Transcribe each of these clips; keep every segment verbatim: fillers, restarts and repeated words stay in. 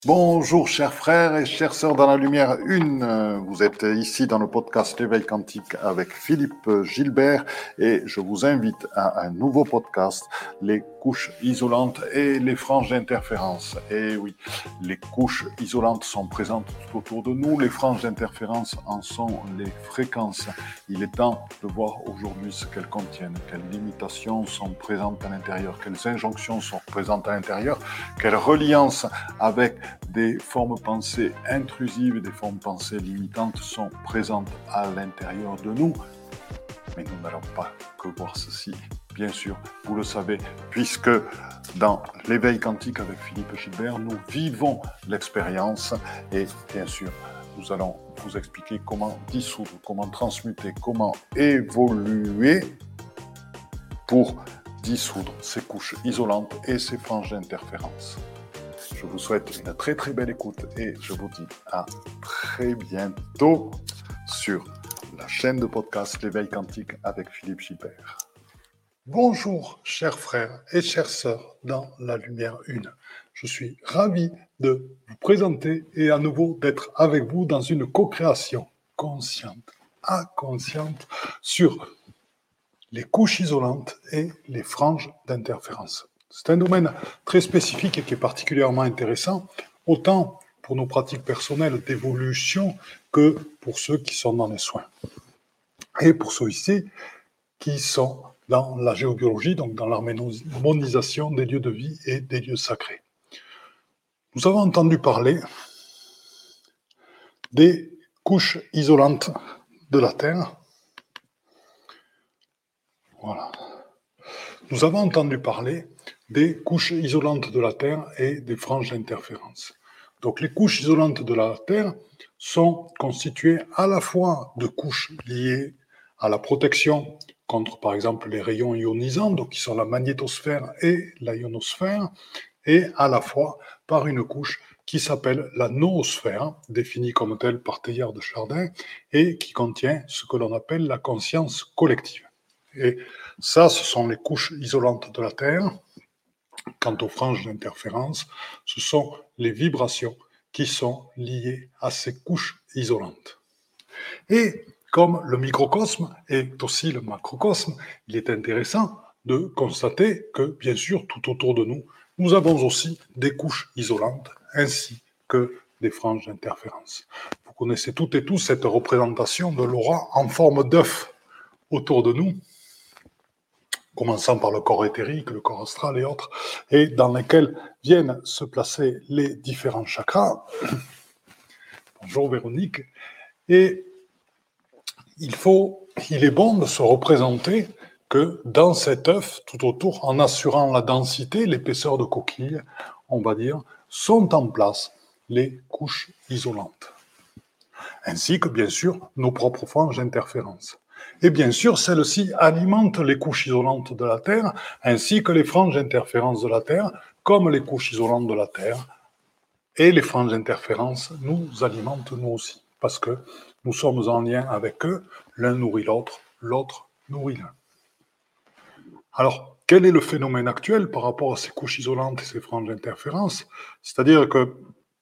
Bonjour chers frères et chères sœurs dans la lumière une. Vous êtes ici dans le podcast L'éveil quantique avec Philippe Gilbert et je vous invite à un nouveau podcast, les couches isolantes et les franges d'interférence. Et oui, les couches isolantes sont présentes tout autour de nous, les franges d'interférence en sont les fréquences. Il est temps de voir aujourd'hui ce qu'elles contiennent, quelles limitations sont présentes à l'intérieur, quelles injonctions sont présentes à l'intérieur, quelles reliances avec des formes pensées intrusives et des formes pensées limitantes sont présentes à l'intérieur de nous. Mais nous n'allons pas que voir ceci, bien sûr, vous le savez, puisque dans l'éveil quantique avec Philippe Gilbert, nous vivons l'expérience et bien sûr, nous allons vous expliquer comment dissoudre, comment transmuter, comment évoluer pour dissoudre ces couches isolantes et ces franges d'interférence. Je vous souhaite une très très belle écoute et je vous dis à très bientôt sur la chaîne de podcast L'éveil quantique avec Philippe Gilbert. Bonjour chers frères et chères sœurs dans la lumière une. Je suis ravi de vous présenter et à nouveau d'être avec vous dans une co-création consciente, inconsciente sur les couches isolantes et les franges d'interférence. C'est un domaine très spécifique et qui est particulièrement intéressant, autant pour nos pratiques personnelles d'évolution que pour ceux qui sont dans les soins. Et pour ceux ici qui sont dans la géobiologie, donc dans l'harmonisation des lieux de vie et des lieux sacrés. Nous avons entendu parler des couches isolantes de la Terre. Voilà. Nous avons entendu parler des couches isolantes de la Terre et des franges d'interférence. Donc les couches isolantes de la Terre sont constituées à la fois de couches liées à la protection contre, par exemple, les rayons ionisants, donc qui sont la magnétosphère et la ionosphère, et à la fois par une couche qui s'appelle la noosphère, définie comme telle par Teilhard de Chardin, et qui contient ce que l'on appelle la conscience collective. Et ça, ce sont les couches isolantes de la Terre. Quant aux franges d'interférence, ce sont les vibrations qui sont liées à ces couches isolantes. Et comme le microcosme est aussi le macrocosme, il est intéressant de constater que, bien sûr, tout autour de nous, nous avons aussi des couches isolantes ainsi que des franges d'interférence. Vous connaissez toutes et tous cette représentation de l'aura en forme d'œuf autour de nous, commençant par le corps éthérique, le corps astral et autres, et dans lesquels viennent se placer les différents chakras. Bonjour Véronique. Et il faut, il est bon de se représenter que dans cet œuf, tout autour, en assurant la densité, l'épaisseur de coquille, on va dire, sont en place les couches isolantes. Ainsi que, bien sûr, nos propres franges d'interférence. Et bien sûr, celles-ci alimentent les couches isolantes de la Terre, ainsi que les franges d'interférence de la Terre, comme les couches isolantes de la Terre. Et les franges d'interférence nous alimentent nous aussi, parce que nous sommes en lien avec eux, l'un nourrit l'autre, l'autre nourrit l'un. Alors, quel est le phénomène actuel par rapport à ces couches isolantes et ces franges d'interférence ? C'est-à-dire que,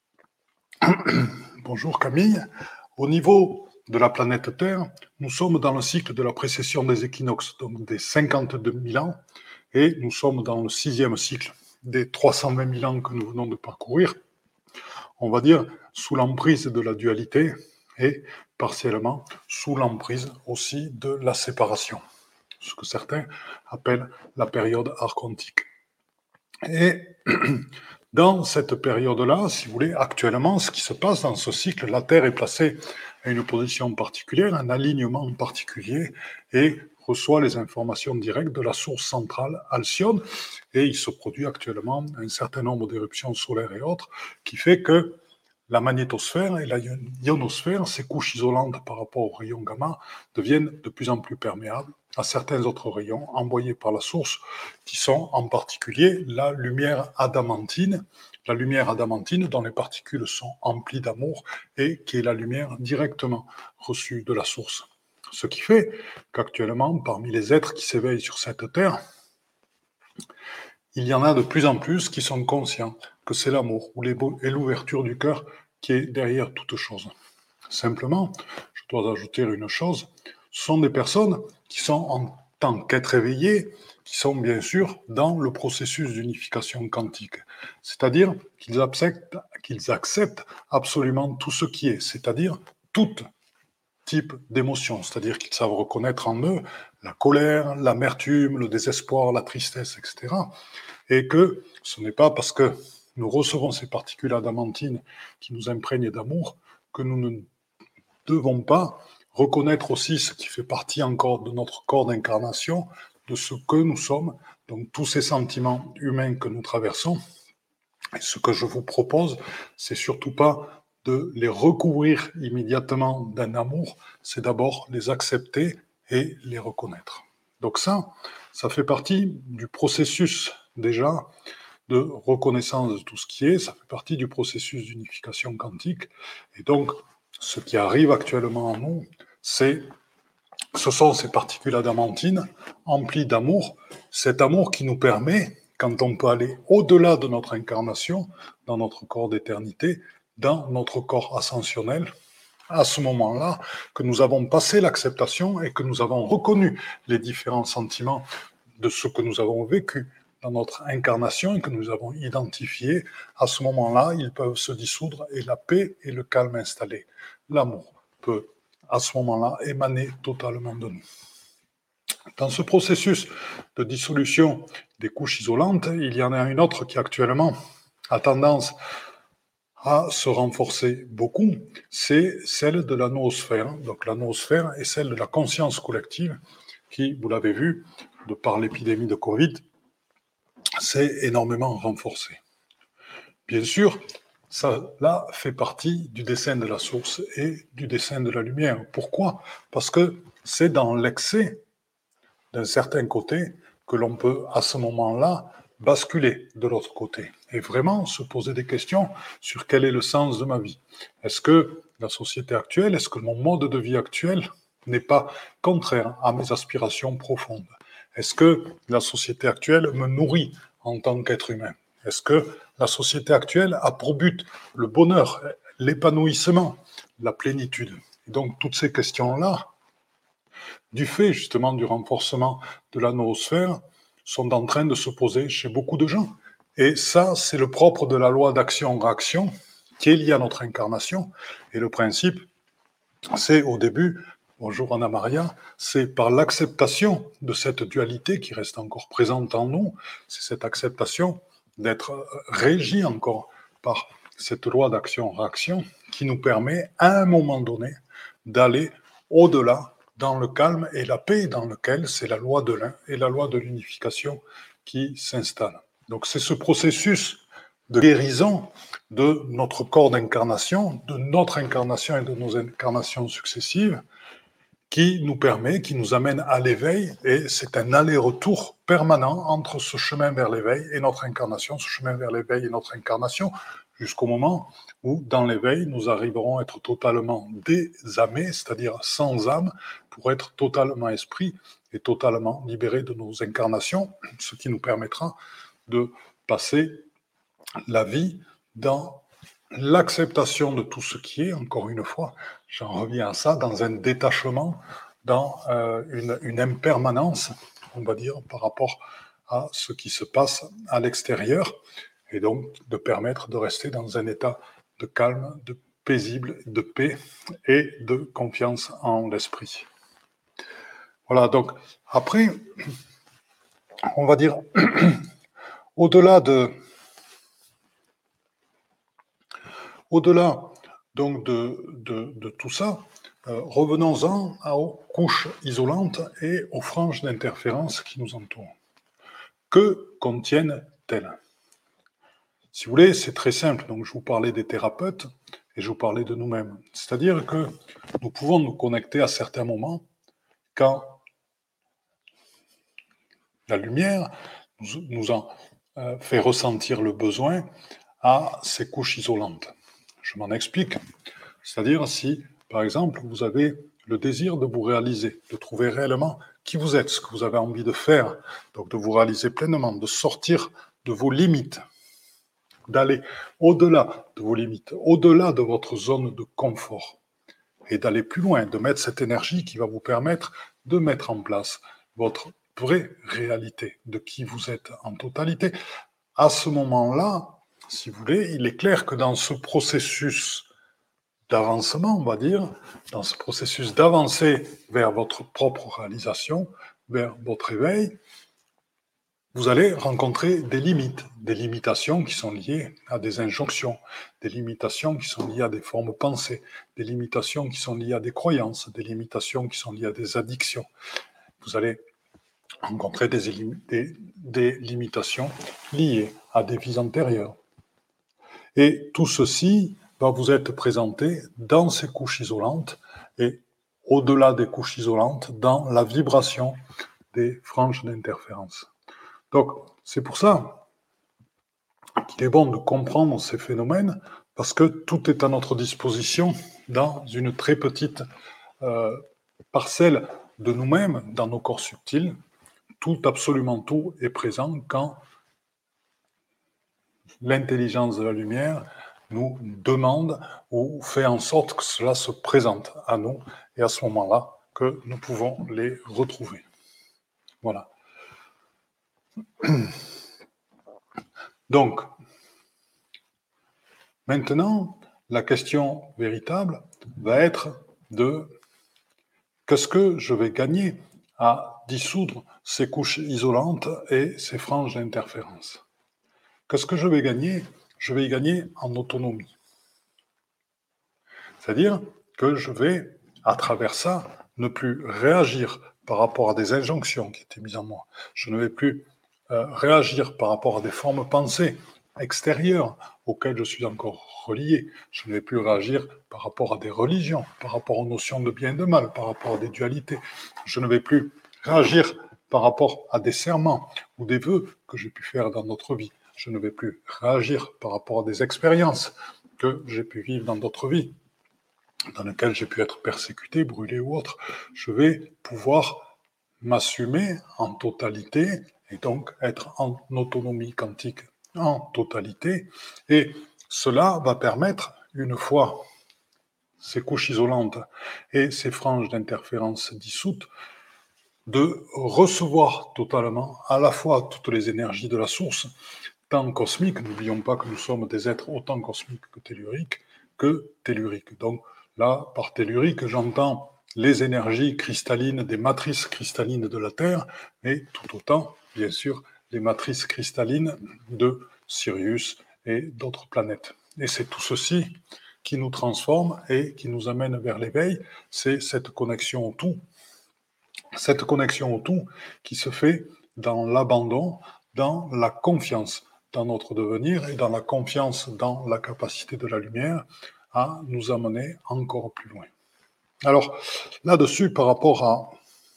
bonjour Camille, au niveau de la planète Terre, nous sommes dans le cycle de la précession des équinoxes, donc des cinquante-deux mille ans, et nous sommes dans le sixième cycle des trois cent vingt mille ans que nous venons de parcourir, on va dire sous l'emprise de la dualité et partiellement sous l'emprise aussi de la séparation, ce que certains appellent la période archontique. Et dans cette période-là, si vous voulez, actuellement, ce qui se passe dans ce cycle, la Terre est placée à une position particulière, un alignement particulier, et reçoit les informations directes de la source centrale Alcyone, et il se produit actuellement un certain nombre d'éruptions solaires et autres, qui fait que la magnétosphère et la ionosphère, ces couches isolantes par rapport aux rayons gamma, deviennent de plus en plus perméables à certains autres rayons envoyés par la source, qui sont en particulier la lumière adamantine, la lumière adamantine dont les particules sont emplies d'amour et qui est la lumière directement reçue de la source. Ce qui fait qu'actuellement, parmi les êtres qui s'éveillent sur cette terre, il y en a de plus en plus qui sont conscients que c'est l'amour ou et l'ouverture du cœur qui est derrière toute chose. Simplement, je dois ajouter une chose, ce sont des personnes qui sont en tant qu'être éveillé, qui sont bien sûr dans le processus d'unification quantique. C'est-à-dire qu'ils acceptent, qu'ils acceptent absolument tout ce qui est, c'est-à-dire tout type d'émotions, c'est-à-dire qu'ils savent reconnaître en eux la colère, l'amertume, le désespoir, la tristesse, et cetera. Et que ce n'est pas parce que nous recevons ces particules adamantines qui nous imprègnent d'amour que nous ne devons pas reconnaître aussi ce qui fait partie encore de notre corps d'incarnation, de ce que nous sommes, donc tous ces sentiments humains que nous traversons. Et ce que je vous propose, c'est surtout pas de les recouvrir immédiatement d'un amour, c'est d'abord les accepter et les reconnaître. Donc ça, ça fait partie du processus déjà de reconnaissance de tout ce qui est, ça fait partie du processus d'unification quantique. Et donc, ce qui arrive actuellement en nous, c'est, ce sont ces particules adamantines emplies d'amour, cet amour qui nous permet, quand on peut aller au-delà de notre incarnation, dans notre corps d'éternité, dans notre corps ascensionnel, à ce moment-là, que nous avons passé l'acceptation et que nous avons reconnu les différents sentiments de ce que nous avons vécu dans notre incarnation et que nous avons identifié, à ce moment-là, ils peuvent se dissoudre et la paix et le calme installés. L'amour peut, à ce moment-là, émaner totalement de nous. Dans ce processus de dissolution des couches isolantes, il y en a une autre qui actuellement a tendance à se renforcer beaucoup, c'est celle de la noosphère. Donc la noosphère est celle de la conscience collective qui, vous l'avez vu, de par l'épidémie de Covid, s'est énormément renforcée. Bien sûr, cela fait partie du dessein de la source et du dessein de la lumière. Pourquoi ? Parce que c'est dans l'excès, d'un certain côté, que l'on peut, à ce moment-là, basculer de l'autre côté et vraiment se poser des questions sur quel est le sens de ma vie. Est-ce que la société actuelle, est-ce que mon mode de vie actuel n'est pas contraire à mes aspirations profondes ? Est-ce que la société actuelle me nourrit en tant qu'être humain ? Est-ce que la société actuelle a pour but le bonheur, l'épanouissement, la plénitude ? Et donc toutes ces questions-là, du fait justement du renforcement de la noosphère, sont en train de se poser chez beaucoup de gens. Et ça, c'est le propre de la loi d'action-réaction qui est liée à notre incarnation. Et le principe, c'est au début, bonjour Anna Maria, c'est par l'acceptation de cette dualité qui reste encore présente en nous, c'est cette acceptation d'être régi encore par cette loi d'action-réaction qui nous permet à un moment donné d'aller au-delà dans le calme et la paix dans lequel c'est la loi de l'un et la loi de l'unification qui s'installe. Donc c'est ce processus de guérison de notre corps d'incarnation, de notre incarnation et de nos incarnations successives, qui nous permet, qui nous amène à l'éveil, et c'est un aller-retour permanent entre ce chemin vers l'éveil et notre incarnation, ce chemin vers l'éveil et notre incarnation, jusqu'au moment où, dans l'éveil, nous arriverons à être totalement désamés, c'est-à-dire sans âme, pour être totalement esprit et totalement libérés de nos incarnations, ce qui nous permettra de passer la vie dans l'acceptation de tout ce qui est, encore une fois, j'en reviens à ça, dans un détachement, dans euh, une, une impermanence, on va dire, par rapport à ce qui se passe à l'extérieur, et donc de permettre de rester dans un état de calme, de paisible, de paix et de confiance en l'esprit. Voilà, donc après, on va dire, au-delà de Au-delà donc de, de, de tout ça, euh, revenons-en aux couches isolantes et aux franges d'interférence qui nous entourent. Que contiennent-elles ? Si vous voulez, c'est très simple. Donc, je vous parlais des thérapeutes et je vous parlais de nous-mêmes. C'est-à-dire que nous pouvons nous connecter à certains moments quand la lumière nous, nous en euh, fait ressentir le besoin à ces couches isolantes. Je m'en explique. C'est-à-dire si, par exemple, vous avez le désir de vous réaliser, de trouver réellement qui vous êtes, ce que vous avez envie de faire, donc de vous réaliser pleinement, de sortir de vos limites. d'aller au-delà de vos limites, au-delà de votre zone de confort, et d'aller plus loin, de mettre cette énergie qui va vous permettre de mettre en place votre vraie réalité, de qui vous êtes en totalité. À ce moment-là, si vous voulez, il est clair que dans ce processus d'avancement, on va dire, dans ce processus d'avancée vers votre propre réalisation, vers votre éveil, vous allez rencontrer des limites, des limitations qui sont liées à des injonctions, des limitations qui sont liées à des formes pensées, des limitations qui sont liées à des croyances, des limitations qui sont liées à des addictions. Vous allez rencontrer des, des, des limitations liées à des vies antérieures. Et tout ceci va vous être présenté dans ces couches isolantes et au-delà des couches isolantes, dans la vibration des franges d'interférence. Donc, c'est pour ça qu'il est bon de comprendre ces phénomènes, parce que tout est à notre disposition dans une très petite euh, parcelle de nous-mêmes, dans nos corps subtils. Tout, absolument tout, est présent quand l'intelligence de la lumière nous demande ou fait en sorte que cela se présente à nous, et à ce moment-là que nous pouvons les retrouver. Voilà. Donc, maintenant, la question véritable va être de qu'est-ce que je vais gagner à dissoudre ces couches isolantes et ces franges d'interférence. Qu'est-ce que je vais gagner? Je vais y gagner en autonomie. C'est-à-dire que je vais, à travers ça, ne plus réagir par rapport à des injonctions qui étaient mises en moi. Je ne vais plus euh, réagir par rapport à des formes pensées extérieures auxquelles je suis encore relié. Je ne vais plus réagir par rapport à des religions, par rapport aux notions de bien et de mal, par rapport à des dualités. Je ne vais plus réagir par rapport à des serments ou des vœux que j'ai pu faire dans notre vie. Je ne vais plus réagir par rapport à des expériences que j'ai pu vivre dans d'autres vies, dans lesquelles j'ai pu être persécuté, brûlé ou autre. Je vais pouvoir m'assumer en totalité et donc être en autonomie quantique en totalité. Et cela va permettre, une fois ces couches isolantes et ces franges d'interférence dissoutes, de recevoir totalement à la fois toutes les énergies de la source, tant cosmique, n'oublions pas que nous sommes des êtres autant cosmiques que telluriques, que telluriques. Donc là, par tellurique, j'entends les énergies cristallines des matrices cristallines de la Terre, mais tout autant, bien sûr, les matrices cristallines de Sirius et d'autres planètes. Et c'est tout ceci qui nous transforme et qui nous amène vers l'éveil, c'est cette connexion au tout, cette connexion au tout qui se fait dans l'abandon, dans la confiance dans notre devenir et dans la confiance dans la capacité de la lumière à nous amener encore plus loin. Alors, là-dessus, par rapport à,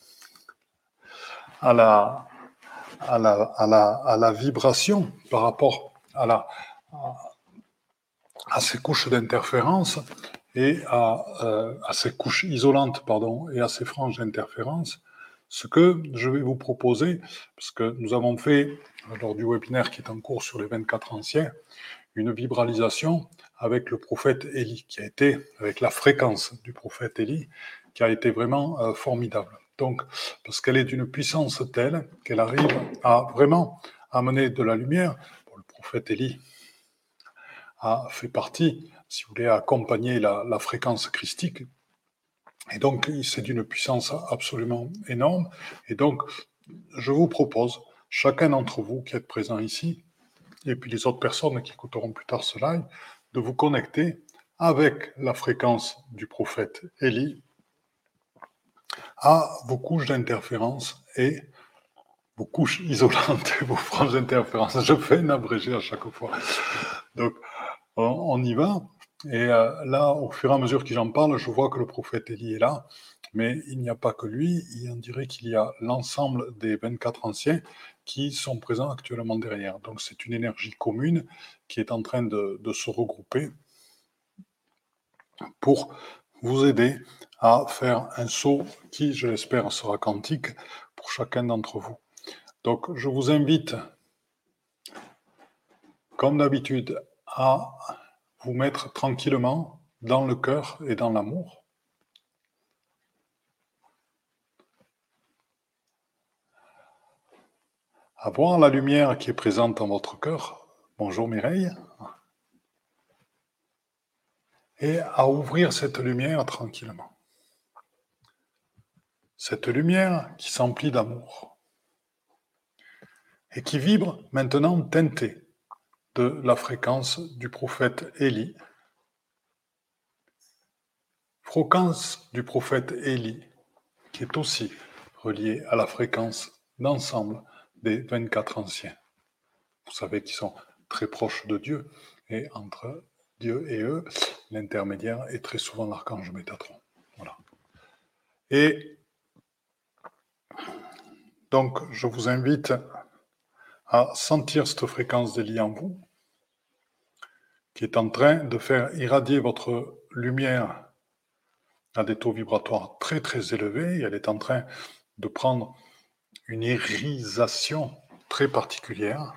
à, la, à, la, à, la, à la vibration, par rapport à, la, à, à ces couches d'interférence et à, euh, à ces couches isolantes, pardon, et à ces franges d'interférence, ce que je vais vous proposer, parce que nous avons fait, lors du webinaire qui est en cours sur les vingt-quatre anciens, une vibralisation avec le prophète Élie, qui a été, avec la fréquence du prophète Élie, qui a été vraiment euh, formidable. Donc, parce qu'elle est d'une puissance telle qu'elle arrive à vraiment amener de la lumière. Bon, le prophète Élie a fait partie, si vous voulez, à accompagner la, la fréquence christique. Et donc, c'est d'une puissance absolument énorme. Et donc, je vous propose, chacun d'entre vous qui êtes présent ici, et puis les autres personnes qui écouteront plus tard ce live, de vous connecter avec la fréquence du prophète Élie à vos couches d'interférence et vos couches isolantes et vos franges d'interférence. Je fais un abrégé à chaque fois. Donc, on, on y va. Et euh, là, au fur et à mesure que j'en parle, je vois que le prophète Élie est là, mais il n'y a pas que lui, on dirait qu'il y a l'ensemble des vingt-quatre anciens qui sont présents actuellement derrière. Donc c'est une énergie commune qui est en train de, de se regrouper pour vous aider à faire un saut qui, je l'espère, sera quantique pour chacun d'entre vous. Donc je vous invite, comme d'habitude, à vous mettre tranquillement dans le cœur et dans l'amour. À voir la lumière qui est présente dans votre cœur. Bonjour Mireille. Et à ouvrir cette lumière tranquillement. Cette lumière qui s'emplit d'amour et qui vibre maintenant teintée de la fréquence du prophète Élie. Fréquence du prophète Élie qui est aussi reliée à la fréquence d'ensemble des vingt-quatre anciens. Vous savez qu'ils sont très proches de Dieu et entre Dieu et eux, l'intermédiaire est très souvent l'archange Métatron. Voilà. Et donc, je vous invite à sentir cette fréquence d'Élie en vous, qui est en train de faire irradier votre lumière à des taux vibratoires très très élevés, et elle est en train de prendre une irisation très particulière.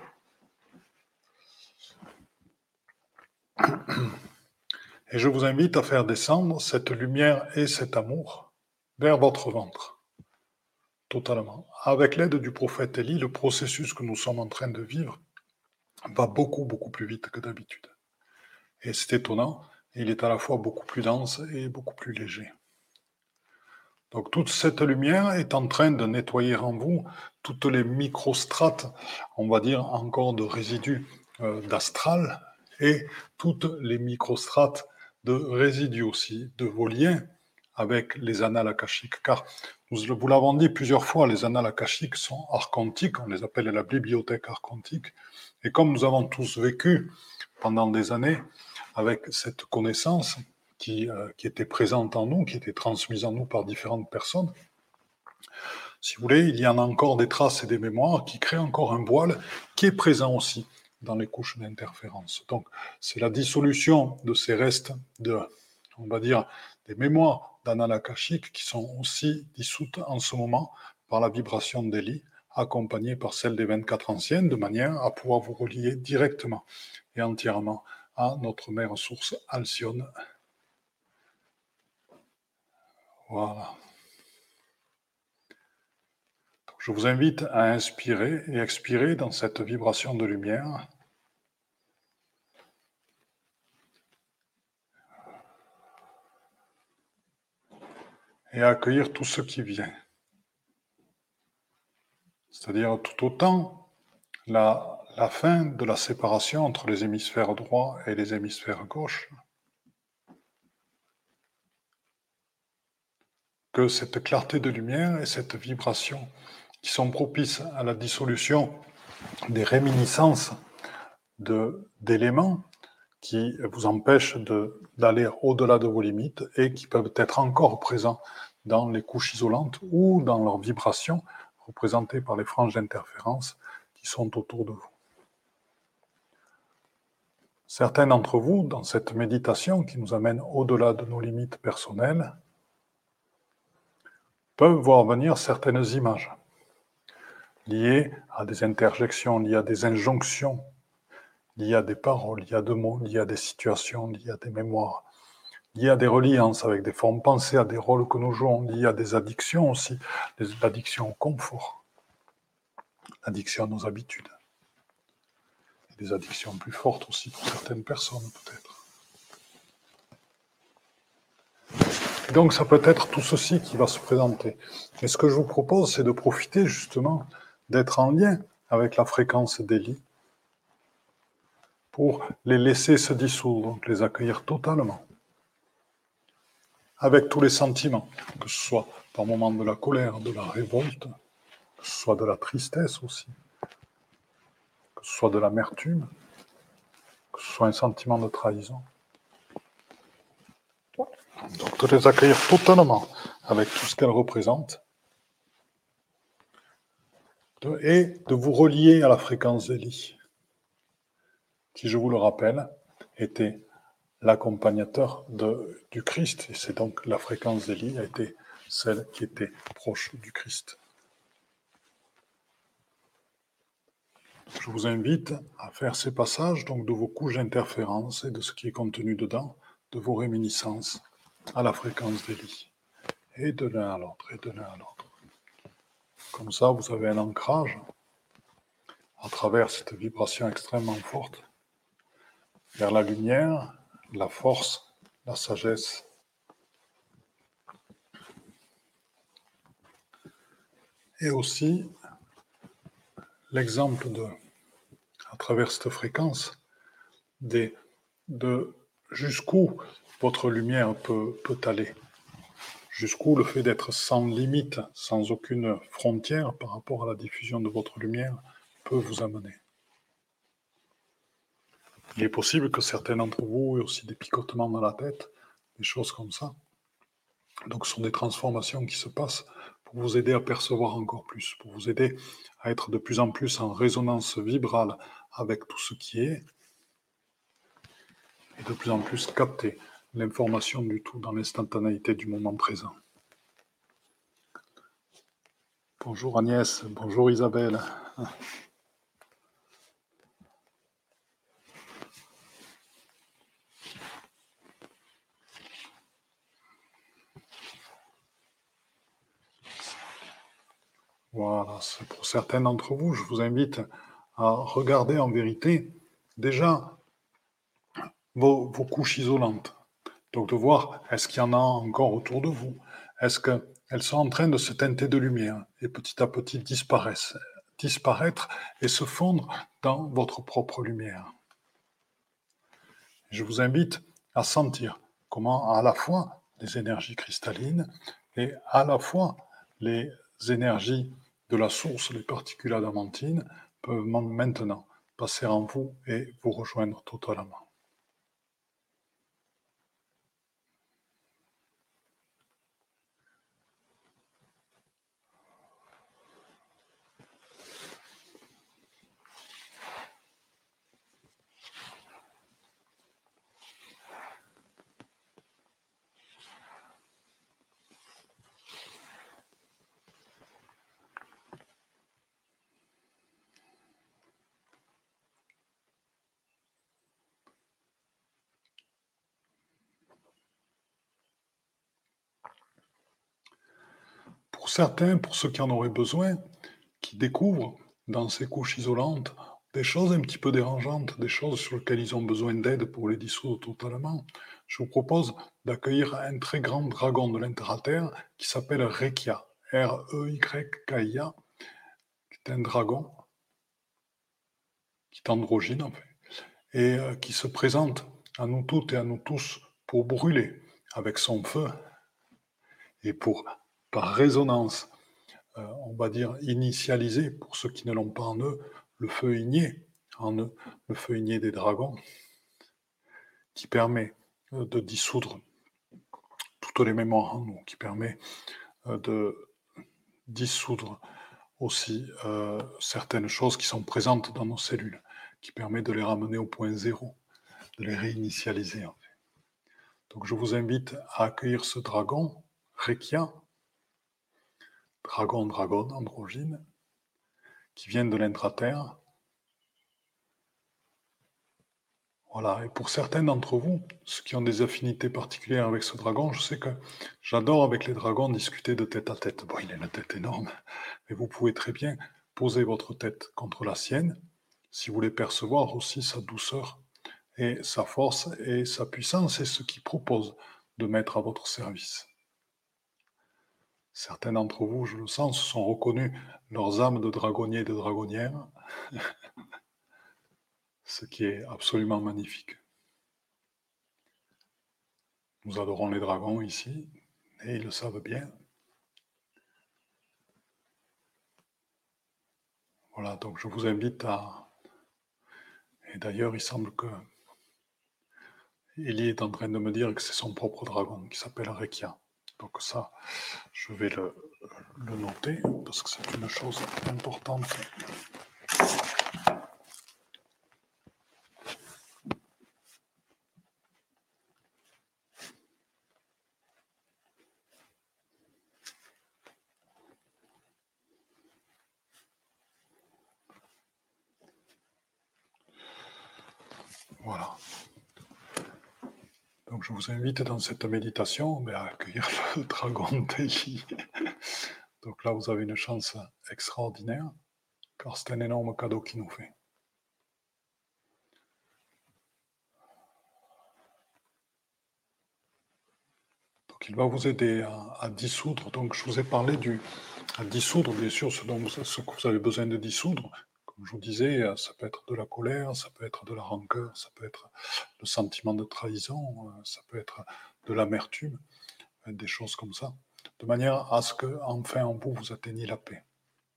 Et je vous invite à faire descendre cette lumière et cet amour vers votre ventre, totalement. Avec l'aide du prophète Élie, le processus que nous sommes en train de vivre va beaucoup beaucoup plus vite que d'habitude. Et c'est étonnant, il est à la fois beaucoup plus dense et beaucoup plus léger. Donc toute cette lumière est en train de nettoyer en vous toutes les microstrates, on va dire encore de résidus euh, d'astral, et toutes les microstrates de résidus aussi de vos liens avec les annales akashiques. Car nous vous l'avons dit plusieurs fois, les annales akashiques sont archontiques, on les appelle la bibliothèque archontique, et comme nous avons tous vécu pendant des années avec cette connaissance, Qui, euh, qui était présente en nous, qui était transmise en nous par différentes personnes. Si vous voulez, il y en a encore des traces et des mémoires qui créent encore un voile qui est présent aussi dans les couches d'interférence. Donc, c'est la dissolution de ces restes de, on va dire, des mémoires d'annales akashiques qui sont aussi dissoutes en ce moment par la vibration d'Élie, accompagnée par celle des vingt-quatre anciennes, de manière à pouvoir vous relier directement et entièrement à notre mère source Alcyone. Voilà. Donc, je vous invite à inspirer et expirer dans cette vibration de lumière. Et à accueillir tout ce qui vient. C'est-à-dire tout autant la, la fin de la séparation entre les hémisphères droits et les hémisphères gauches, que cette clarté de lumière et cette vibration qui sont propices à la dissolution des réminiscences de, d'éléments qui vous empêchent de, d'aller au-delà de vos limites et qui peuvent être encore présents dans les couches isolantes ou dans leurs vibrations représentées par les franges d'interférence qui sont autour de vous. Certains d'entre vous, dans cette méditation qui nous amène au-delà de nos limites personnelles, peuvent voir venir certaines images liées à des interjections, liées à des injonctions, liées à des paroles, liées à des mots, liées à des situations, liées à des mémoires, liées à des reliances avec des formes pensées, à des rôles que nous jouons, liées à des addictions aussi, l'addiction au confort, l'addiction à nos habitudes, et des addictions plus fortes aussi pour certaines personnes peut-être. Et donc ça peut être tout ceci qui va se présenter. Et ce que je vous propose, c'est de profiter justement d'être en lien avec la fréquence d'Élie pour les laisser se dissoudre, donc les accueillir totalement, avec tous les sentiments, que ce soit par moments de la colère, de la révolte, que ce soit de la tristesse aussi, que ce soit de l'amertume, que ce soit un sentiment de trahison. Donc de les accueillir totalement avec tout ce qu'elles représentent de, et de vous relier à la fréquence d'Élie, qui, je vous le rappelle, était l'accompagnateur de, du Christ. Et c'est donc la fréquence d'Élie a été celle qui était proche du Christ. Je vous invite à faire ces passages donc, de vos couches d'interférence et de ce qui est contenu dedans, de vos réminiscences, à la fréquence des lits, et de l'un à l'autre, et de l'un à l'autre. Comme ça, vous avez un ancrage à travers cette vibration extrêmement forte vers la lumière, la force, la sagesse. Et aussi l'exemple de, à travers cette fréquence, des, de jusqu'où votre lumière peut, peut aller. Jusqu'où le fait d'être sans limite, sans aucune frontière par rapport à la diffusion de votre lumière peut vous amener. Il est possible que certains d'entre vous aient aussi des picotements dans la tête, des choses comme ça. Donc ce sont des transformations qui se passent pour vous aider à percevoir encore plus, pour vous aider à être de plus en plus en résonance vibrale avec tout ce qui est, et de plus en plus capter l'information du tout dans l'instantanéité du moment présent. Bonjour Agnès, bonjour Isabelle. Voilà, c'est pour certains d'entre vous, je vous invite à regarder en vérité déjà vos, vos couches isolantes. Donc de voir, est-ce qu'il y en a encore autour de vous? Est-ce qu'elles sont en train de se teinter de lumière et petit à petit disparaissent, disparaître et se fondre dans votre propre lumière? Je vous invite à sentir comment à la fois les énergies cristallines et à la fois les énergies de la source, les particules adamantines, peuvent maintenant passer en vous et vous rejoindre totalement. Pour certains, pour ceux qui en auraient besoin, qui découvrent dans ces couches isolantes des choses un petit peu dérangeantes, des choses sur lesquelles ils ont besoin d'aide pour les dissoudre totalement, je vous propose d'accueillir un très grand dragon de l'interterre qui s'appelle Rekia, R E Y K I A, qui est un dragon, qui est androgyne en fait, et euh, qui se présente à nous toutes et à nous tous pour brûler avec son feu et pour, par résonance, euh, on va dire, initialiser, pour ceux qui ne l'ont pas en eux, le feu igné, en eux, le feu igné des dragons, qui permet euh, de dissoudre toutes les mémoires en nous, qui permet euh, de dissoudre aussi euh, certaines choses qui sont présentes dans nos cellules, qui permet de les ramener au point zéro, de les réinitialiser en fait. Donc je vous invite à accueillir ce dragon, Rekia, dragon, dragon, androgyne, qui vient de l'intraterre. Voilà, et pour certains d'entre vous, ceux qui ont des affinités particulières avec ce dragon, je sais que j'adore avec les dragons discuter de tête à tête. Bon, il a une tête énorme, mais vous pouvez très bien poser votre tête contre la sienne, si vous voulez percevoir aussi sa douceur et sa force et sa puissance et ce qu'il propose de mettre à votre service. Certains d'entre vous, je le sens, se sont reconnus leurs âmes de dragonniers et de dragonnières, ce qui est absolument magnifique. Nous adorons les dragons ici, et ils le savent bien. Voilà, donc je vous invite à... Et d'ailleurs, il semble que Élie est en train de me dire que c'est son propre dragon qui s'appelle Rekia. Donc ça, je vais le, le noter, parce que c'est une chose importante. je vous invite dans cette méditation ben, à accueillir le dragon Teji. Donc là, vous avez une chance extraordinaire, car c'est un énorme cadeau qu'il nous fait. Donc il va vous aider à, à dissoudre. Donc je vous ai parlé du à dissoudre, bien sûr, ce, dont vous, ce que vous avez besoin de dissoudre. Comme je vous disais, ça peut être de la colère, ça peut être de la rancœur, ça peut être le sentiment de trahison, ça peut être de l'amertume, des choses comme ça, de manière à ce que, enfin, en vous, vous atteigniez la paix.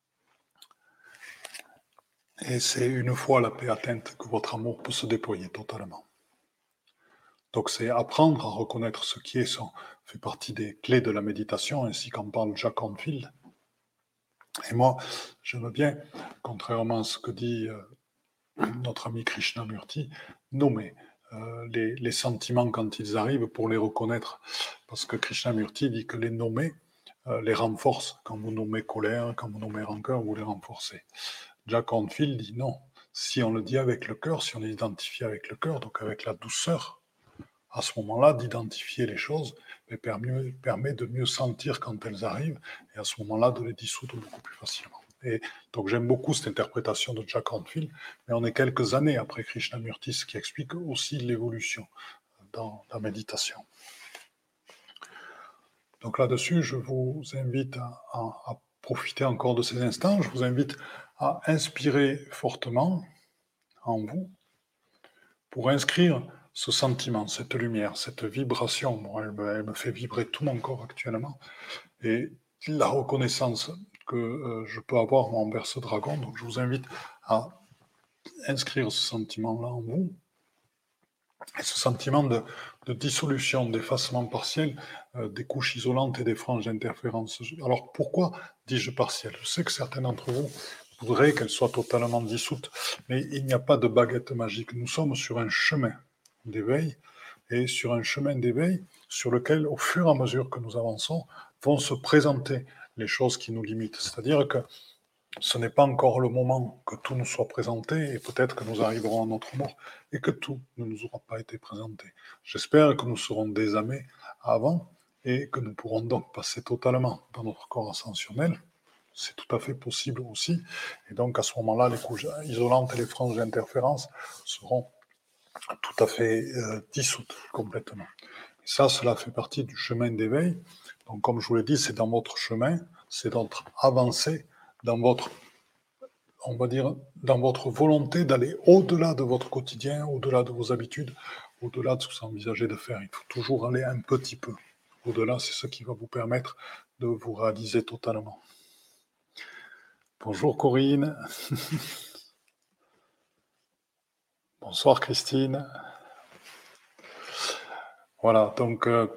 Et c'est une fois la paix atteinte que votre amour peut se déployer totalement. Donc c'est apprendre à reconnaître ce qui est, ça fait partie des clés de la méditation, ainsi qu'en parle Jack Canfield. Et moi, j'aime bien, contrairement à ce que dit euh, notre ami Krishnamurti, nommer euh, les, les sentiments quand ils arrivent pour les reconnaître. Parce que Krishnamurti dit que les nommer euh, les renforce. Quand vous nommez colère, quand vous nommez rancœur, vous les renforcez. Jack Canfield dit non. Si on le dit avec le cœur, si on l'identifie avec le cœur, donc avec la douceur, à ce moment-là, d'identifier les choses mais permet, permet de mieux sentir quand elles arrivent et à ce moment-là de les dissoudre beaucoup plus facilement. Et donc j'aime beaucoup cette interprétation de Jack Canfield, mais on est quelques années après Krishnamurti, ce qui explique aussi l'évolution dans la méditation. Donc là-dessus, je vous invite à, à, à profiter encore de ces instants. Je vous invite à inspirer fortement en vous pour inscrire ce sentiment, cette lumière, cette vibration. Bon, elle, me, elle me fait vibrer tout mon corps actuellement. Et la reconnaissance que euh, je peux avoir envers ce dragon. Donc je vous invite à inscrire ce sentiment-là en vous. Et ce sentiment de, de dissolution, d'effacement partiel euh, des couches isolantes et des franges d'interférence. Alors pourquoi dis-je partiel? Je sais que certains d'entre vous voudraient qu'elles soient totalement dissoutes, mais il n'y a pas de baguette magique. Nous sommes sur un chemin d'éveil, et sur un chemin d'éveil sur lequel, au fur et à mesure que nous avançons, vont se présenter les choses qui nous limitent. C'est-à-dire que ce n'est pas encore le moment que tout nous soit présenté, et peut-être que nous arriverons à notre mort, et que tout ne nous aura pas été présenté. J'espère que nous serons désamés avant, et que nous pourrons donc passer totalement dans notre corps ascensionnel. C'est tout à fait possible aussi, et donc à ce moment-là, les couches isolantes et les franges d'interférence seront tout à fait euh, dissoute complètement. Et ça, cela fait partie du chemin d'éveil. Donc, comme je vous l'ai dit, c'est dans votre chemin, c'est notre avancée, dans votre, on va dire, dans votre volonté d'aller au-delà de votre quotidien, au-delà de vos habitudes, au-delà de ce que vous envisagez de faire. Il faut toujours aller un petit peu au-delà. C'est ce qui va vous permettre de vous réaliser totalement. Bonjour Corinne. Bonsoir Christine. Voilà, donc euh,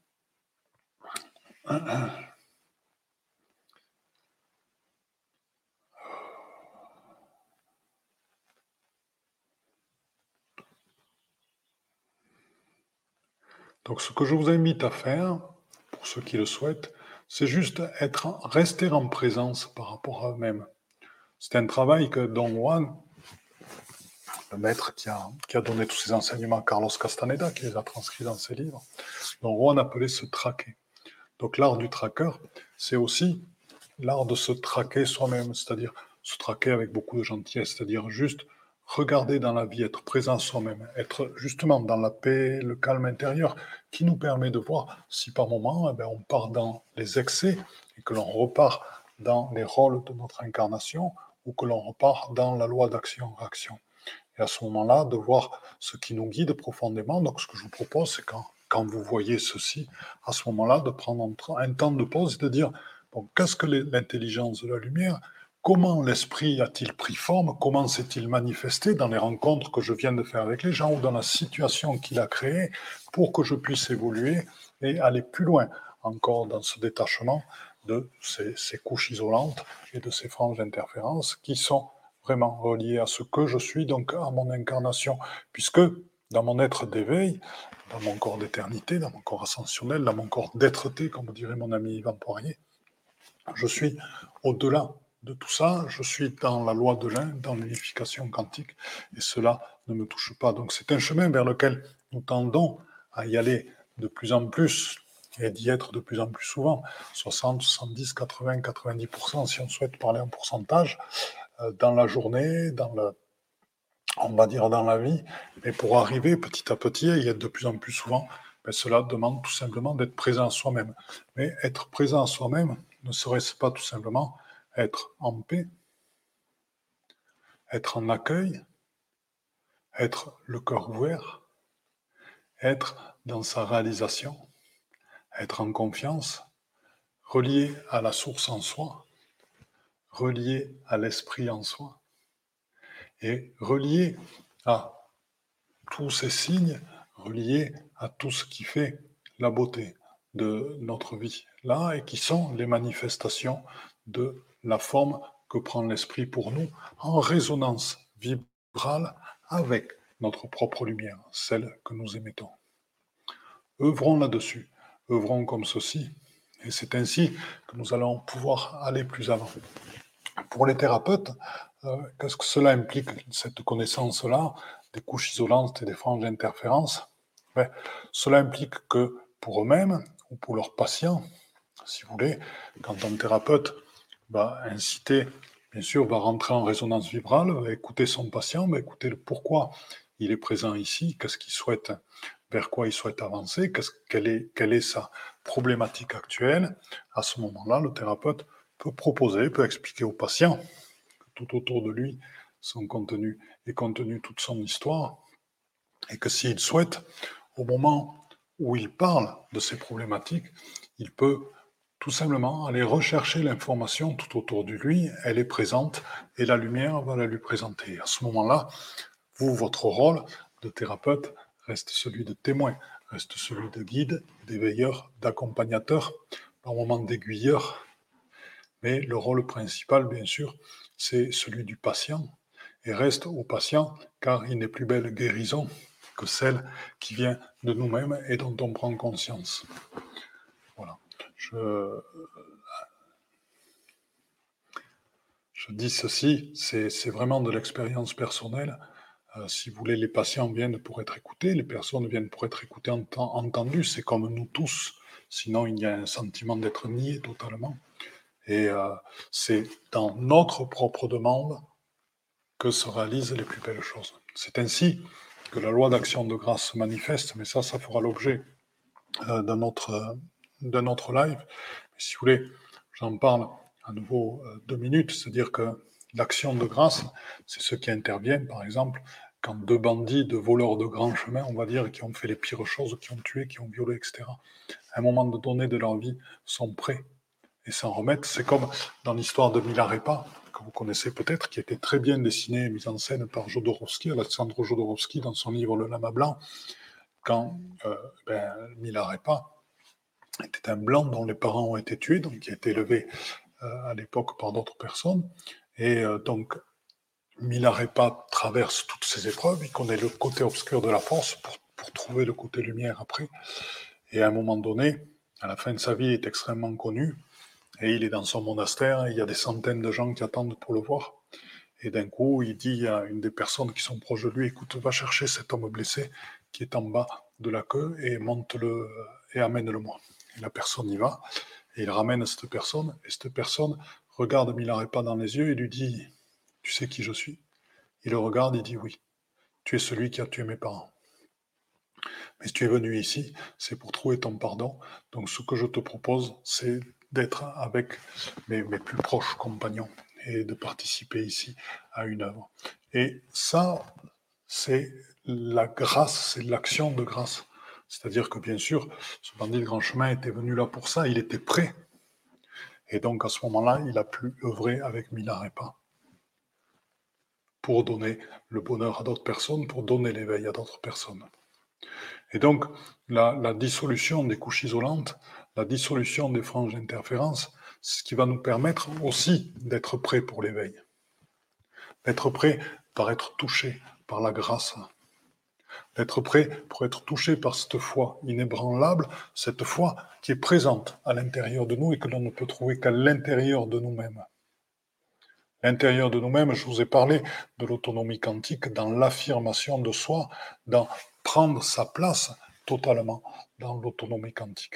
donc ce que je vous invite à faire, pour ceux qui le souhaitent, c'est juste être, rester en présence par rapport à eux-mêmes. C'est un travail que Don Juan, le maître qui a, qui a donné tous ces enseignements à Carlos Castaneda, qui les a transcrits dans ses livres, Don Juan appelait se traquer. Donc l'art du traqueur, c'est aussi l'art de se traquer soi-même, c'est-à-dire se traquer avec beaucoup de gentillesse, c'est-à-dire juste regarder dans la vie, être présent soi-même, être justement dans la paix, le calme intérieur, qui nous permet de voir si par moment eh bien, on part dans les excès et que l'on repart dans les rôles de notre incarnation ou que l'on repart dans la loi d'action-réaction. Et à ce moment-là, de voir ce qui nous guide profondément. Donc ce que je vous propose, c'est quand, quand vous voyez ceci, à ce moment-là, de prendre un temps de pause et de dire, bon, qu'est-ce que l'intelligence de la lumière? Comment l'esprit a-t-il pris forme? Comment s'est-il manifesté dans les rencontres que je viens de faire avec les gens ou dans la situation qu'il a créée pour que je puisse évoluer et aller plus loin encore dans ce détachement de ces, ces couches isolantes et de ces franges d'interférence qui sont vraiment reliées à ce que je suis, donc à mon incarnation, puisque dans mon être d'éveil, dans mon corps d'éternité, dans mon corps ascensionnel, dans mon corps d'être-té, comme dirait mon ami Yvan Poirier, je suis au-delà de tout ça, je suis dans la loi de l'un, dans l'unification quantique, et cela ne me touche pas. Donc c'est un chemin vers lequel nous tendons à y aller de plus en plus et d'y être de plus en plus souvent, soixante, soixante-dix, quatre-vingts, quatre-vingt-dix pour cent si on souhaite parler en pourcentage, euh, dans la journée, dans le, on va dire dans la vie, mais pour arriver petit à petit à y être de plus en plus souvent, ben cela demande tout simplement d'être présent à soi-même. Mais être présent à soi-même, ne serait-ce pas tout simplement être en paix, être en accueil, être le cœur ouvert, être dans sa réalisation, être en confiance, relié à la source en soi, relié à l'esprit en soi, et relié à tous ces signes, relié à tout ce qui fait la beauté de notre vie là, et qui sont les manifestations de la forme que prend l'esprit pour nous en résonance vibrale avec notre propre lumière, celle que nous émettons. Œuvrons là-dessus, œuvrons comme ceci, et c'est ainsi que nous allons pouvoir aller plus avant. Pour les thérapeutes, euh, qu'est-ce que cela implique, cette connaissance-là, des couches isolantes et des franges d'interférence? Ben, cela implique que pour eux-mêmes, ou pour leurs patients, si vous voulez, quand un thérapeute va inciter, bien sûr, va rentrer en résonance vibrale, va écouter son patient, va écouter le pourquoi il est présent ici, qu'est-ce qu'il souhaite, vers quoi il souhaite avancer, qu'est-ce, quelle, est, quelle est sa problématique actuelle. À ce moment-là, le thérapeute peut proposer, peut expliquer au patient que tout autour de lui, son contenu est contenu toute son histoire, et que s'il souhaite, au moment où il parle de ces problématiques, il peut tout simplement aller rechercher l'information tout autour de lui, elle est présente, et la lumière va la lui présenter. À ce moment-là, vous, votre rôle de thérapeute reste celui de témoin, reste celui de guide, d'éveilleur, d'accompagnateur, par moments d'aiguilleur, mais le rôle principal, bien sûr, c'est celui du patient, et reste au patient, car il n'est plus belle guérison que celle qui vient de nous-mêmes et dont on prend conscience. Voilà. Je, je dis ceci, c'est, c'est vraiment de l'expérience personnelle. Euh, si vous voulez, les patients viennent pour être écoutés, les personnes viennent pour être écoutées, ent- entendues, c'est comme nous tous, sinon il y a un sentiment d'être nié totalement. Et euh, c'est dans notre propre demande que se réalisent les plus belles choses. C'est ainsi que la loi d'action de grâce se manifeste, mais ça, ça fera l'objet euh, d'un autre, euh, d'un autre live. Mais si vous voulez, j'en parle à nouveau euh, deux minutes, c'est-à-dire que l'action de grâce, c'est ceux qui interviennent, par exemple, quand deux bandits, deux voleurs de grand chemin, on va dire, qui ont fait les pires choses, qui ont tué, qui ont violé, et cetera, à un moment donné de leur vie, sont prêts et s'en remettre. C'est comme dans l'histoire de Milarepa, que vous connaissez peut-être, qui était très bien dessinée et mise en scène par Jodorowsky, Alexandre Jodorowsky, dans son livre Le Lama Blanc, quand euh, ben, Milarepa était un blanc dont les parents ont été tués, donc qui a été élevé euh, à l'époque par d'autres personnes. Et euh, donc, Milarepa traverse toutes ces épreuves, il connaît le côté obscur de la force pour, pour trouver le côté lumière après. Et à un moment donné, à la fin de sa vie, il est extrêmement connu. Et il est dans son monastère, et il y a des centaines de gens qui attendent pour le voir. Et d'un coup, il dit à une des personnes qui sont proches de lui, écoute, va chercher cet homme blessé qui est en bas de la queue et monte-le et amène-le-moi. Et la personne y va, et il ramène cette personne, et cette personne regarde Milarepa dans les yeux et lui dit, tu sais qui je suis? Il le regarde, il dit, oui, tu es celui qui a tué mes parents. Mais si tu es venu ici, c'est pour trouver ton pardon. Donc ce que je te propose, c'est d'être avec mes, mes plus proches compagnons et de participer ici à une œuvre. Et ça, c'est la grâce, c'est l'action de grâce. C'est-à-dire que bien sûr, ce bandit de grand chemin était venu là pour ça, il était prêt. Et donc à ce moment-là, il a pu œuvrer avec Milarepa pour donner le bonheur à d'autres personnes, pour donner l'éveil à d'autres personnes. Et donc, la, la dissolution des couches isolantes, la dissolution des franges d'interférence, c'est ce qui va nous permettre aussi d'être prêts pour l'éveil. D'être prêts par être touchés par la grâce. D'être prêts pour être touchés par cette foi inébranlable, cette foi qui est présente à l'intérieur de nous et que l'on ne peut trouver qu'à l'intérieur de nous-mêmes. L'intérieur de nous-mêmes, je vous ai parlé de l'autonomie quantique dans l'affirmation de soi, dans prendre sa place totalement dans l'autonomie quantique.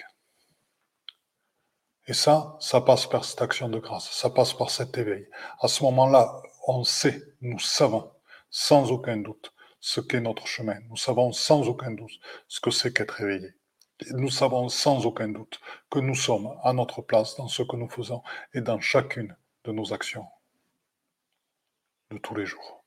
Et ça, ça passe par cette action de grâce, ça passe par cet éveil. À ce moment-là, on sait, nous savons, sans aucun doute, ce qu'est notre chemin. Nous savons sans aucun doute ce que c'est qu'être éveillé. Nous savons sans aucun doute que nous sommes à notre place dans ce que nous faisons et dans chacune de nos actions de tous les jours.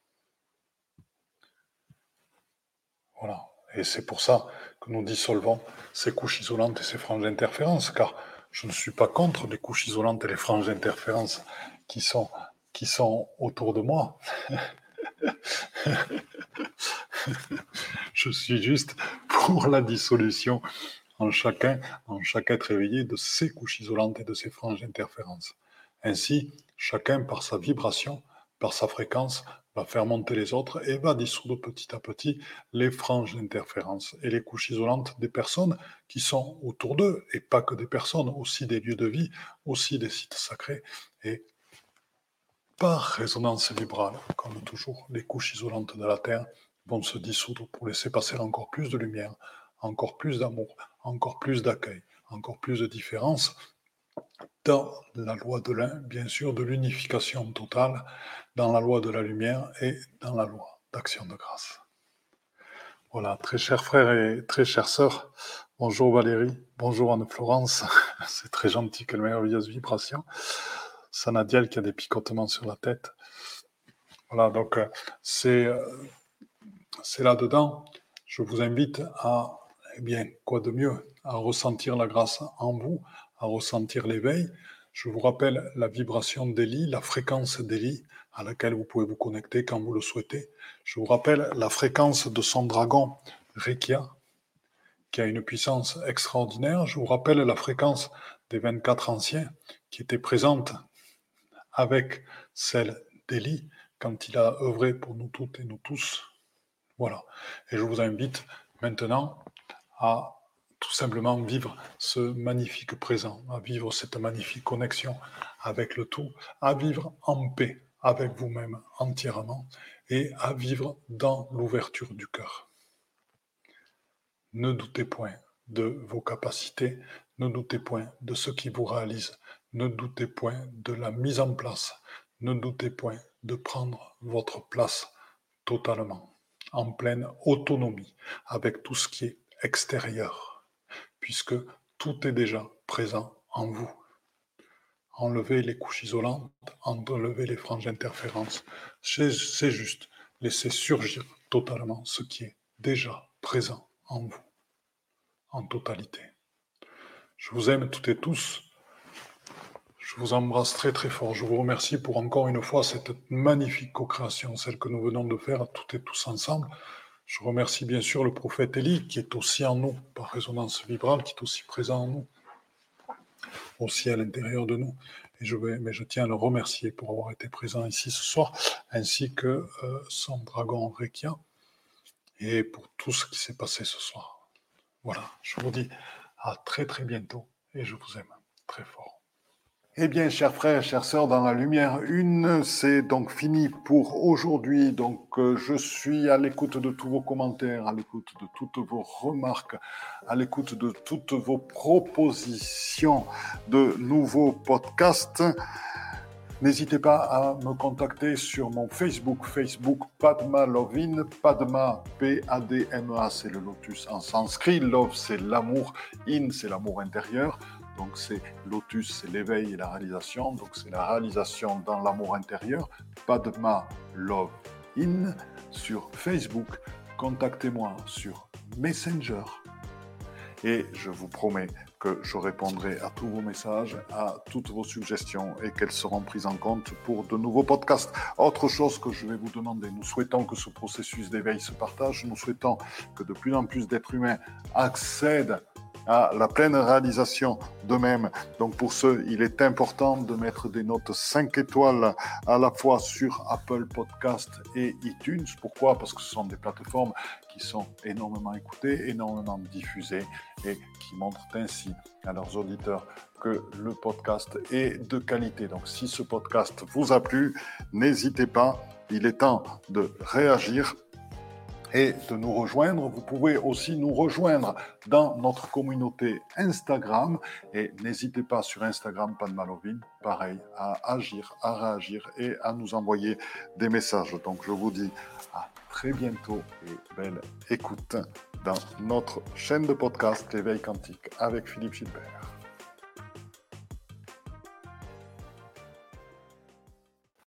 Voilà. Et c'est pour ça que nous dissolvons ces couches isolantes et ces franges d'interférence, car je ne suis pas contre les couches isolantes et les franges d'interférence qui sont, qui sont autour de moi. Je suis juste pour la dissolution en chacun, en chaque être éveillé de ces couches isolantes et de ces franges d'interférence. Ainsi, chacun par sa vibration, par sa fréquence, va faire monter les autres et va dissoudre petit à petit les franges d'interférence et les couches isolantes des personnes qui sont autour d'eux, et pas que des personnes, aussi des lieux de vie, aussi des sites sacrés, et par résonance vibrale, comme toujours, les couches isolantes de la Terre vont se dissoudre pour laisser passer encore plus de lumière, encore plus d'amour, encore plus d'accueil, encore plus de différence, dans la loi de l'un, bien sûr, de l'unification totale, dans la loi de la lumière et dans la loi d'action de grâce. Voilà, très chers frères et très chères sœurs, bonjour Valérie, bonjour Anne-Florence, c'est très gentil, quelle merveilleuse vibration. Sanadiel qui a des picotements sur la tête. Voilà, donc c'est, c'est là-dedans, je vous invite à, eh bien, quoi de mieux, à ressentir la grâce en vous, à ressentir l'éveil. Je vous rappelle la vibration d'Eli, la fréquence d'Eli, à laquelle vous pouvez vous connecter quand vous le souhaitez. Je vous rappelle la fréquence de son dragon Rekia, qui a une puissance extraordinaire. Je vous rappelle la fréquence des vingt-quatre anciens, qui étaient présentes avec celle d'Eli, quand il a œuvré pour nous toutes et nous tous. Voilà. Et je vous invite maintenant à tout simplement vivre ce magnifique présent, à vivre cette magnifique connexion avec le tout, à vivre en paix avec vous-même entièrement et à vivre dans l'ouverture du cœur. Ne doutez point de vos capacités, ne doutez point de ce qui vous réalise, ne doutez point de la mise en place, ne doutez point de prendre votre place totalement, en pleine autonomie, avec tout ce qui est extérieur, puisque tout est déjà présent en vous. Enlevez les couches isolantes, enlevez les franges d'interférence, c'est, c'est juste laisser surgir totalement ce qui est déjà présent en vous, en totalité. Je vous aime toutes et tous. Je vous embrasse très très fort. Je vous remercie pour encore une fois cette magnifique co-création, celle que nous venons de faire toutes et tous ensemble. Je remercie bien sûr le prophète Élie qui est aussi en nous, par résonance vibrale, qui est aussi présent en nous, aussi à l'intérieur de nous. Et je vais, mais je tiens à le remercier pour avoir été présent ici ce soir, ainsi que euh, son dragon Rekia, et pour tout ce qui s'est passé ce soir. Voilà, je vous dis à très très bientôt, et je vous aime très fort. Eh bien, chers frères, chères sœurs, dans la lumière une, c'est donc fini pour aujourd'hui. Donc, euh, je suis à l'écoute de tous vos commentaires, à l'écoute de toutes vos remarques, à l'écoute de toutes vos propositions de nouveaux podcasts. N'hésitez pas à me contacter sur mon Facebook, Facebook Padma Lovin, Padma, P A D M A, c'est le lotus en sanskrit, Love, c'est l'amour, In, c'est l'amour intérieur. Donc c'est lotus, c'est l'éveil et la réalisation. Donc c'est la réalisation dans l'amour intérieur. Padma Love In sur Facebook. Contactez-moi sur Messenger. Et je vous promets que je répondrai à tous vos messages, à toutes vos suggestions et qu'elles seront prises en compte pour de nouveaux podcasts. Autre chose que je vais vous demander, nous souhaitons que ce processus d'éveil se partage. Nous souhaitons que de plus en plus d'êtres humains accèdent à la pleine réalisation d'eux-mêmes. Donc pour ce, il est important de mettre des notes cinq étoiles à la fois sur Apple Podcast et iTunes. Pourquoi ? Parce que ce sont des plateformes qui sont énormément écoutées, énormément diffusées et qui montrent ainsi à leurs auditeurs que le podcast est de qualité. Donc si ce podcast vous a plu, n'hésitez pas, il est temps de réagir. et de nous rejoindre. Vous pouvez aussi nous rejoindre dans notre communauté Instagram et n'hésitez pas sur Instagram, Pan Malovine, pareil, à agir, à réagir et à nous envoyer des messages. Donc je vous dis à très bientôt et belle écoute dans notre chaîne de podcast L'éveil quantique avec Philippe Gilbert.